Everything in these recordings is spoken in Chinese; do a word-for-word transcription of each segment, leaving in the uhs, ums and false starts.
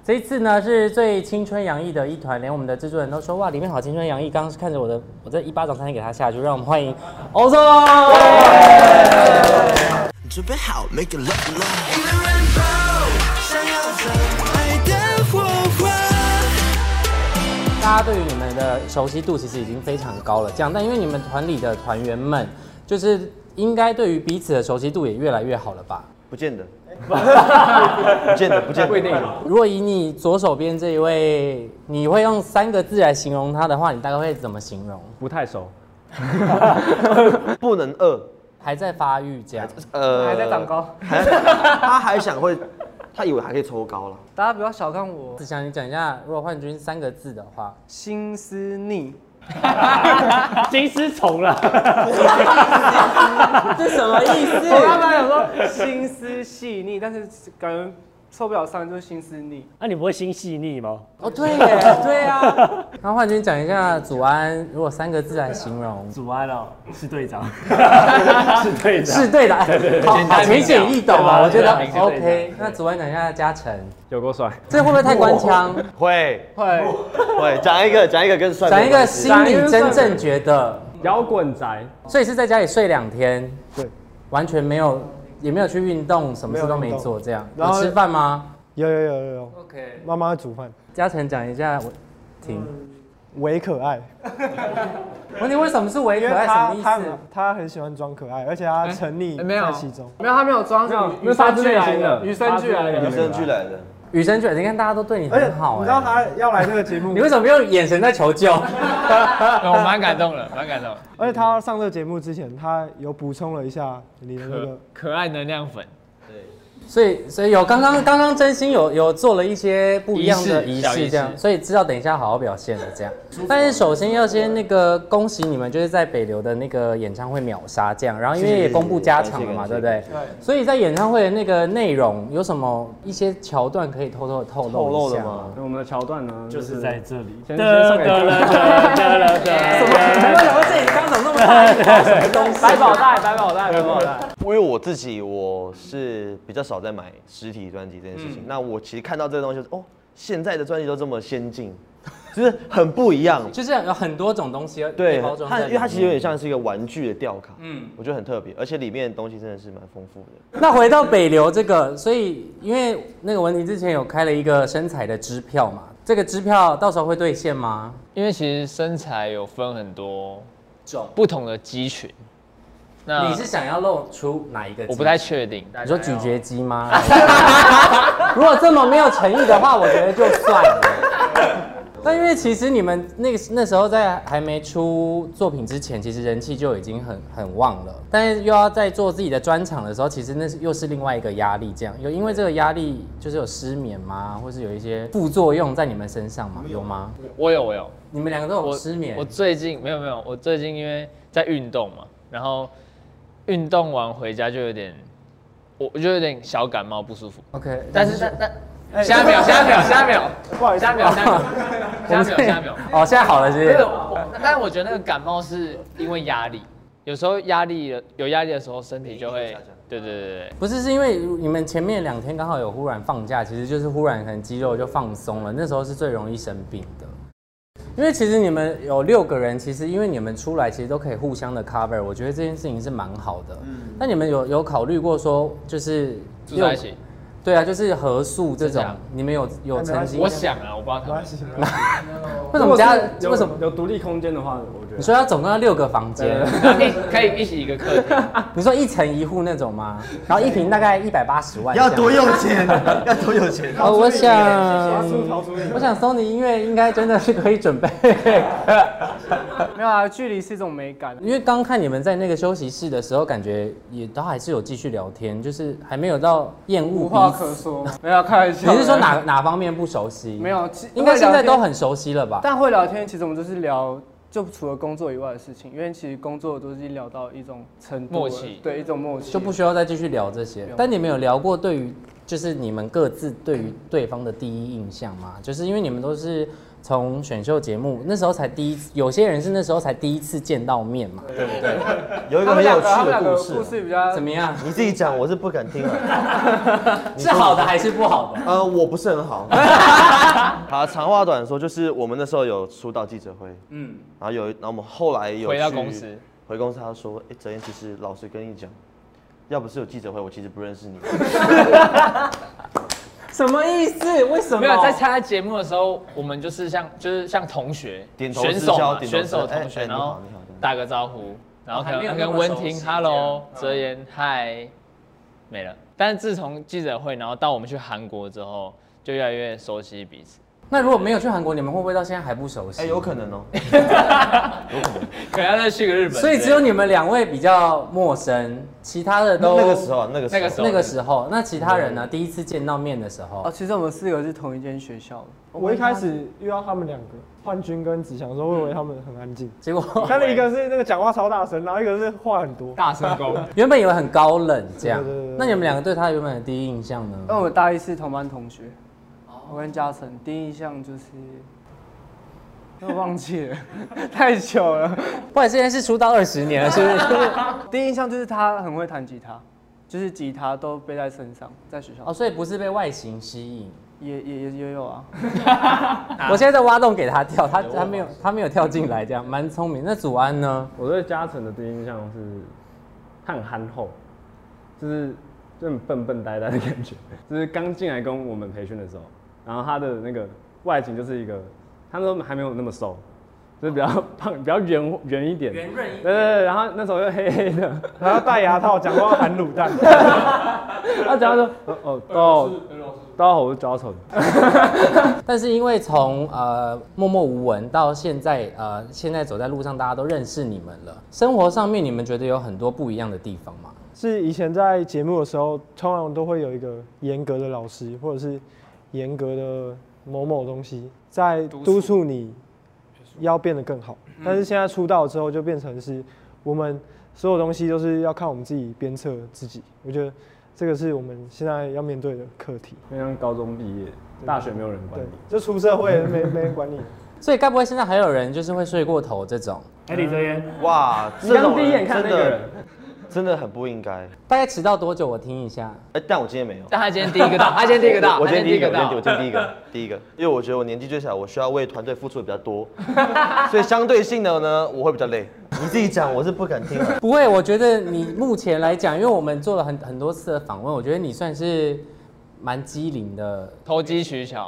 这一次呢是最青春洋溢的一团，连我们的制作人都说哇，里面好青春洋溢。刚刚是看着我的，我这一巴掌差点给他下去，让我们欢迎欧松。准备好 ，make it love love。大家对于你们的熟悉度其实已经非常高了，这样，但因为你们团里的团员们，就是应该对于彼此的熟悉度也越来越好了吧？ 不见得，不见得，不见得，不一定。 如果以你左手边这一位，你会用三个字来形容他的话，你大概会怎么形容？ 不太熟， 不能饿， 还在发育这样， 呃，还在长高， 还他还想会。他以为还可以抽高了。 大家不要小看我。 子祥，你讲一下，如果换君三个字的话， 心思腻。 金丝虫了。 这什么意思？ 我刚才想说心思细腻，但是感觉受不了伤就是心思腻。 那、啊、你不会心细腻吗？ 哦，对耶，对啊。然后换君讲一下祖安，如果三个字来形容， 祖安哦，是队长，是队长， 是队长，好，好浅显易懂啊，我觉得 OK。那祖安讲一下嘉诚， 有够帅， 这会不会太官腔？ 会会会，讲一个讲一个跟帅， 讲一个心里真正觉得摇滚宅， 所以是在家里睡两天， 对， 完全没有。也没有去运动，什么事都没做，这样。有吃饭吗？ 有有有有有。 OK。 妈妈煮饭。 嘉诚讲一下，我听。 伪可爱。 问你为什么是伪可爱？什么意思？ 他很喜欢装可爱，而且他沉溺在其中。 没有，他没有装，是与生俱来的，与生俱来的， 与生俱来的。 与生俱来，你看大家都对你很好。 你知道他要来这个节目， 你为什么用眼神在求救？ 我蛮感动的，蛮感动。 而且他上这个节目之前，他有补充了一下你的那个可爱能量粉。对， 所以所以有刚刚刚刚真心有有做了一些不一样的仪式，这样，所以知道等一下好好表现了这样。但是首先要先那个恭喜你们，就是在北流的那个演唱会秒杀这样，然后因为也公布加场了嘛，对不对？对。所以在演唱会的那个内容有什么一些桥段可以偷偷的透露一下吗？ 我们的桥段呢，就是在这里。 先先送给各位。什么？你为什么这里刚怎么那么大？什么东西？ 百宝袋，百宝袋，百宝袋。 因为我自己我是比较少在买实体专辑这件事情，那我其实看到这个东西，哦，现在的专辑都这么先进。就是很不一样， 就是有很多种东西对包装，它因为它其实有点像是一个玩具的吊卡，嗯，我觉得很特别，而且里面的东西真的是蛮丰富的。 那回到北流这个，所以因为那个文婷之前有开了一个身材的支票嘛，这个支票到时候会兑现吗？ 因为其实身材有分很多种不同的肌群。 那你是想要露出哪一个？ 我不太确定。 你说咀嚼肌吗？如果这么没有诚意的话，我觉得就算了。但因为其实你们那个那时候在还没出作品之前，其实人气就已经很很旺了。但是又要在做自己的专场的时候，其实那是又是另外一个压力。这样有因为这个压力就是有失眠吗？或是有一些副作用在你们身上吗？有吗？ 我有，我有。 你们两个都有失眠？ 我, 我最近没有没有，我最近因为在运动嘛，然后运动完回家就有点，我我就有点小感冒不舒服。 OK， 但是但但。下一秒，下一秒，下一秒，不好意思，下一秒，下一秒，下一秒，下一秒。 哦，现在好了，是不是？ 但是我觉得那个感冒是因为压力，有时候压力有压力的时候，身体就会，对对对对。 不是，是因为你们前面两天刚好有忽然放假，其实就是忽然可能肌肉就放松了，那时候是最容易生病的。因为其实你们有六个人，其实因为你们出来其实都可以互相的 cover， 我觉得这件事情是蛮好的。嗯。那你们有有考虑过说，就是住在一起？ 对啊，就是合宿这种，你们有有曾经？ 我想啊，我不知道可能。 为什么家为什么有独立空间的话，我觉得你说要总共要六个房间， 可以一起一个客厅。 你说一层一户那种吗？然后一坪大概一百八十万。 要多有钱？要多有钱？ 哦，我想，我想 Sony 音乐应该真的是可以准备。 没有啊，距离是一种美感。 因为刚看你们在那个休息室的时候，感觉也都还是有继续聊天，就是还没有到厌恶彼此。 可说，没有开玩笑。 你是说哪哪方面不熟悉？ 没有， 应该现在都很熟悉了吧？ 但会聊天，其实我们就是聊，就除了工作以外的事情，因为其实工作都已经聊到一种程度， 默契， 对，一种默契， 就不需要再继续聊这些。但你们有聊过对于就是你们各自对于对方的第一印象吗？就是因为你们都是从选秀节目那时候才第一次，有些人是那时候才第一次见到面嘛，对不对？ 有一个很有趣他们两个的故事， 故事比较怎么样？ 你自己讲，我是不敢听啊。 是好的还是不好的？ 呃，我不是很好。好，长话短说，就是我们那时候有出道记者会，嗯，然后有，然后我们后来有回到去公司， 回公司他说，哎，泽燕，其实老实跟你讲，要不是有记者会，我其实不认识你。 什么意思？为什么？ 没有在参加节目的时候，我们就是像就是像同学、 点头选手嘛、 之交点头选之交手同学， 哎哎然后你好你好打个招呼，然后可还没有能那么熟悉跟温婷这样 “hello”、 嗯泽言嗨，没了。但是自从记者会，然后到我们去韩国之后，就越来越熟悉彼此。 那如果没有去韩国，你们会不会到现在还不熟悉？ 哎，有可能哦， 可能要再去个日本。 所以只有你们两位比较陌生，其他的都那个时候啊，那个那个时候那个时候，那其他人呢？第一次见到面的时候哦，，其实我们四个是同一间学校的。 我一开始遇到他们两个，焕君跟子祥的时候，我以为他们很安静， 结果但是一个是那个讲话超大声，然后一个是话很多。 大声公， 原本以为很高冷这样对对对对。 那你们两个对他原本的第一印象呢？ 因为我们大一是同班同学，我跟嘉诚第一印象就是，我忘记了，太久了。 不然现在是出道二十年了，是不是？ 第一印象就是他很会弹吉他，就是吉他都背在身上，在学校。 哦，所以不是被外形吸引。 也也也也有啊。 我现在在挖洞给他跳，他他没有他没有跳进来，这样蛮聪明。那祖安呢？ 我对嘉诚的第一印象是，他很憨厚，就是就很笨笨呆呆的感觉。就是刚进来跟我们培训的时候，然后他的那个外形就是一个，他那时候还没有那么瘦，就是比较胖，比较圆圆一点， 圆润一点对对对，然后那时候又黑黑的， 然后戴牙套，讲话含卤蛋。 他讲说哦哦，到大家好，我是嘉诚。 但是因为从呃默默无闻到现在呃现在走在路上，大家都认识你们了。生活上面你们觉得有很多不一样的地方吗？ 是以前在节目的时候，通常都会有一个严格的老师，或者是严格的某某东西，在督促你要变得更好。但是现在出道之后，就变成是我们所有东西都是要看我们自己鞭策自己。我觉得这个是我们现在要面对的课题。 因为像高中毕业，大学没有人管对你。， 就出社会没没人管你。 所以该不会现在还有人就是会睡过头这种？ 哎，李哲言， 哇， 你这种刚第一眼人真的看那个人， 真的很不应该。 大概迟到多久？我听一下。 哎，但我今天没有。 但他今天第一个到，他今天第一个到， 我今天第一个，我今天到我今天第一个，第一个，因为我觉得我年纪最小，我需要为团队付出的比较多，所以相对性的呢，我会比较累。你自己讲，我是不敢听啊。 不会，我觉得你目前来讲，因为我们做了很很多次的访问，我觉得你算是蛮机灵的。 投机取巧。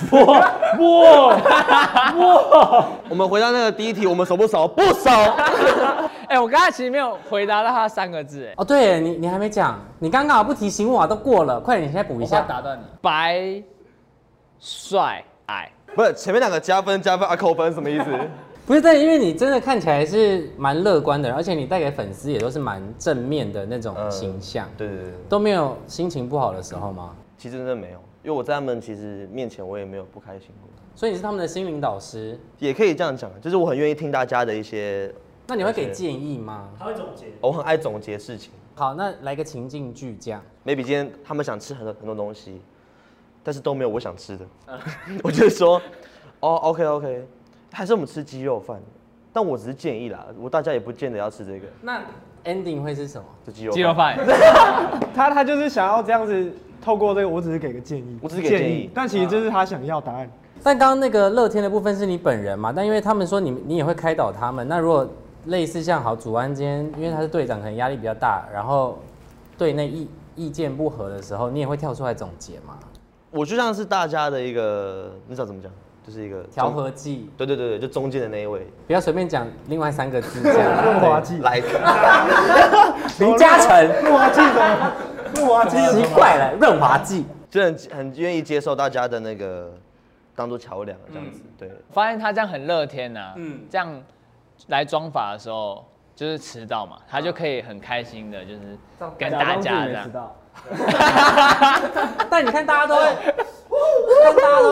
我们回到那个第一题，我们熟不熟？不熟。 哎、我刚才其实没有回答到他三个字，哎， 哦，对你你还没讲，你刚刚好不提醒我都过了，快点，你现在补一我下。 打断你，白、帅、矮。 不是前面两个加分加分啊扣分什么意思？ 不是，对，因为你真的看起来是蛮乐观的人，而且你带给粉丝也都是蛮正面的那种形象， 对对对对， 都没有心情不好的时候吗？ 其实真的没有，因为我在他们其实面前我也没有不开心过， 所以你是他们的心灵导师， 也可以这样讲，就是我很愿意听大家的一些， 那你会给建议吗？ 他会总结。 我很爱总结事情。 好，那来个情境剧这样。 maybe 今天他们想吃很多很多东西，但是都没有我想吃的，我就说，哦 OK OK， 还是我们吃鸡肉饭，但我只是建议啦，我大家也不见得要吃这个， 那 ending 会是什么？ 这鸡肉鸡肉饭， 他他就是想要这样子，透过这个，我只是给个建议， 我只是给建议但其实这是他想要答案。 但刚刚那个乐天的部分是你本人嘛？但因为他们说你你也会开导他们，那如果类似像好祖安今天，因为他是队长，可能压力比较大，然后队内意意见不合的时候，你也会跳出来总结嘛？ 我就像是大家的一个，你知道怎么讲，就是一个调和剂， 对对对对，就中间的那一位， 不要随便讲另外三个字这样。 润滑剂， 来， 林嘉诚， 润滑剂什么？润滑剂奇怪了，润滑剂。 就很很愿意接受大家的那个当做桥梁这样子，对。 发现他这样很乐天呐、啊，嗯，这样来装法的时候就是迟到嘛，他就可以很开心的，就是跟大家这样知。道。 但你看大家都会，看大家都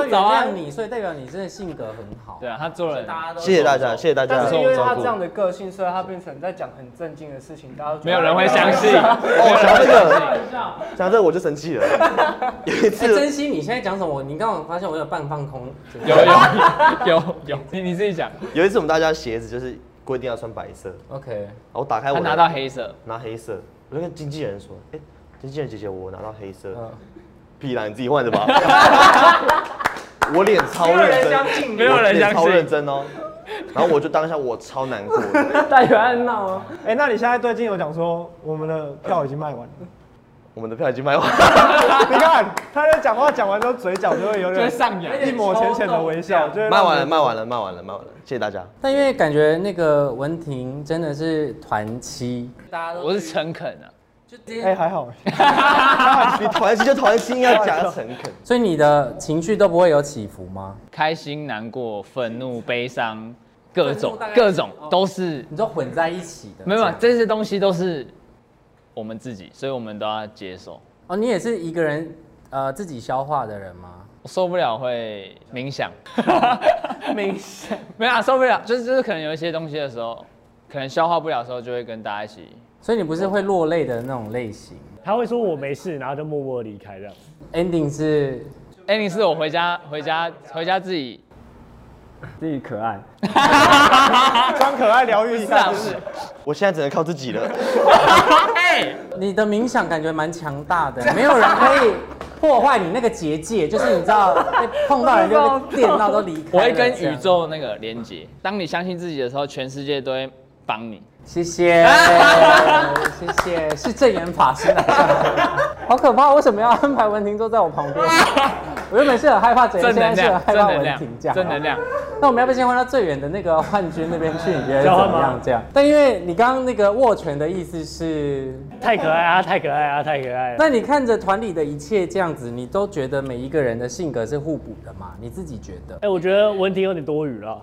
原谅你，所以代表你真的性格很好。 对啊，他做了， 谢谢大家，谢谢大家但的是因为他照顾。 这样的个性，所以他变成在讲很正经的事情，大家都没有人会相信。 哦，讲这个，讲这个我就生气了。有一哎， 次， 珍惜你现在讲什么？你刚刚发现我有半放空。 有有有有，你你自己讲。 有一次我们大家鞋子就是规定要穿白色， OK， 然后我打开我的他拿到黑色， 拿黑色，我就跟经纪人说，哎，经纪人姐姐，我拿到黑色。 嗯， 屁啦，你自己换的吧。我脸超认真， 没有人相信超认真哦。然后我就当下我超难过的。 代表在闹啊。 哎，那你现在对金友讲说，我们的票已经卖完了。 我们的票已经卖完了。 你看他在讲话讲完之后，嘴角就会有就会点上扬。 一抹浅浅的微笑，就会让卖完了，卖完了，卖完了，卖完了，谢谢大家。 但因为感觉那个文婷真的是团妻，大家都我是诚恳啊， 就直接哎还好， 你团期就团期，要加诚恳。 所以你的情绪都不会有起伏吗？ 开心、难过、愤怒、悲伤，各种愤怒大概各种都是你都混在一起的？ 没有这样这些东西都是我们自己，所以我们都要接受。 哦，你也是一个人呃自己消化的人吗？ 我受不了会冥想， 明显没有啊，受不了，就是就是可能有一些东西的时候，可能消化不了的时候，就会跟大家一起。 所以你不是会落泪的那种类型。 他会说我没事，然后就默默离开这样。 ending 是 ending 是我回家回家回家自己自己可爱， 装可爱疗愈一下。 是啊是， 我现在只能靠自己了。 哎， 你的冥想感觉蛮强大的，没有人可以破坏你那个结界，就是你知道被碰到人就被电到都离开了。 我会跟这样宇宙那个连接。当你相信自己的时候，全世界都会帮你。 谢谢，谢谢，是正言法师来的，好可怕！为什么要安排文婷坐在我旁边？我原本是很害怕整， 正现在是很能量， 害怕文正能量婷这样。 正能量。 那我们要不要先换到最远的那个幻君那边去？你觉得怎么样？这样？但因为你刚刚那个握拳的意思是， 太可爱啊，太可爱啊，太可爱了。 那你看着团里的一切这样子，你都觉得每一个人的性格是互补的吗？你自己觉得？ 哎、我觉得文婷有点多余了。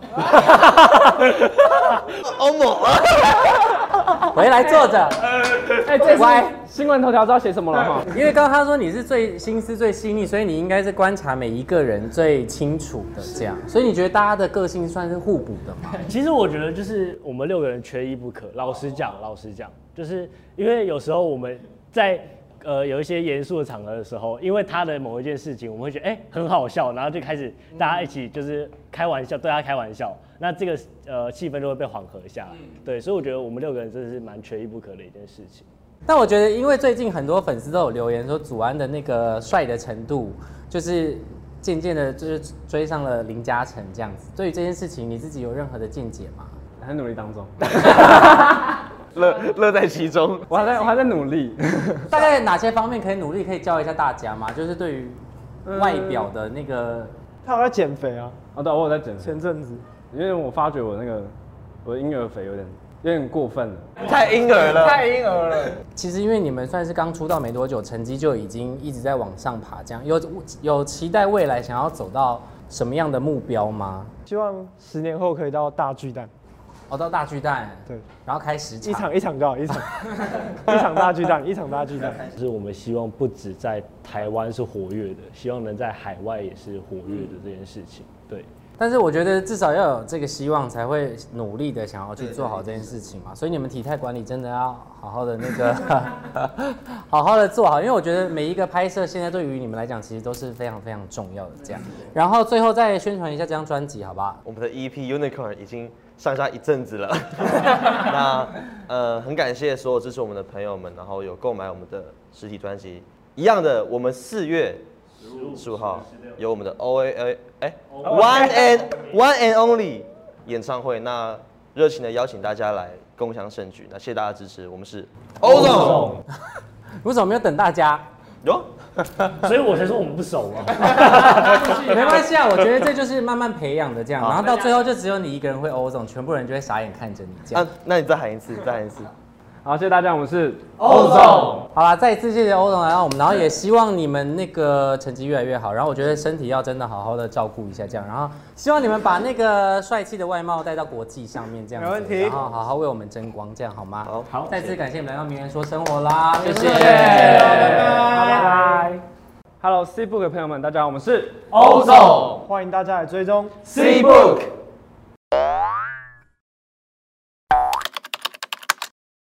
欧某啊！ 回来坐着。 哎，这歪次新闻头条知道写什么了哈？ 因为刚刚他说你是最心思最细腻，所以你应该是观察每一个人最清楚的这样。所以你觉得大家的个性算是互补的吗？ 其实我觉得就是我们六个人缺一不可。老实讲，老实讲，就是因为有时候我们在呃有一些严肃的场合的时候，因为他的某一件事情，我们会觉得哎、欸、很好笑，然后就开始大家一起就是开玩笑，对他开玩笑，那这个呃气氛就会被缓和下来。对，所以我觉得我们六个人真的是蛮缺一不可的一件事情。 但我觉得，因为最近很多粉丝都有留言说，祖安的那个帅的程度，就是渐渐的，就是追上了林嘉诚这样子。对于这件事情，你自己有任何的见解吗？ 还在努力当中， 乐乐在其中。 我还在我还在努力。 大概哪些方面可以努力，可以教一下大家吗？就是对于外表的那个， 他有在减肥啊， 哦，对，我有在减肥， 前阵子。 因为我发觉我那个我的婴儿肥有点有点过分了。 太婴儿了， 太婴儿了。 其实因为你们算是刚出道没多久，成绩就已经一直在往上爬，这样有有期待未来想要走到什么样的目标吗？ 希望十年后可以到大巨蛋。 哦，到大巨蛋， 对， 然后开十场， 一场一场就好，一场一场大巨蛋，一场大巨蛋。 就是我们希望不止在台湾是活跃的，希望能在海外也是活跃的这件事情。对。 但是我觉得至少要有这个希望，才会努力的想要去做好这件事情嘛。所以你们体态管理真的要好好的那个，好好的做好，因为我觉得每一个拍摄现在对于你们来讲，其实都是非常非常重要的这样。然后最后再宣传一下这张专辑，好不好？ 我们的 E P Unicorn 已经上架一阵子了，那呃很感谢所有支持我们的朋友们，然后有购买我们的实体专辑。一样的，我们四月十五号有我们的 O A A 哎 One and One and Only 演唱会，那热情的邀请大家来共襄盛举。那谢谢大家支持，我们是欧总。 为什么没有等大家？ 有， 所以我才说我们不熟嘛。 没关系啊，我觉得这就是慢慢培养的这样，然后到最后就只有你一个人会欧总，全部人就会傻眼看着你这样。 啊，那你再喊一次，再喊一次。 好，谢谢大家，我们是欧总。好啦，再一次谢谢欧总来到我们，然后也希望你们那个成绩越来越好，然后我觉得身体要真的好好的照顾一下这样，然后希望你们把那个帅气的外貌带到国际上面这样子， 没问题然后好好为我们争光，这样好吗？ 好， 好， 再次感谢你们来到名人说生活啦， 谢谢， 拜拜。 拜拜。 Hello C Book 的朋友们，大家好，我们是欧总欢迎大家来追踪 C Book。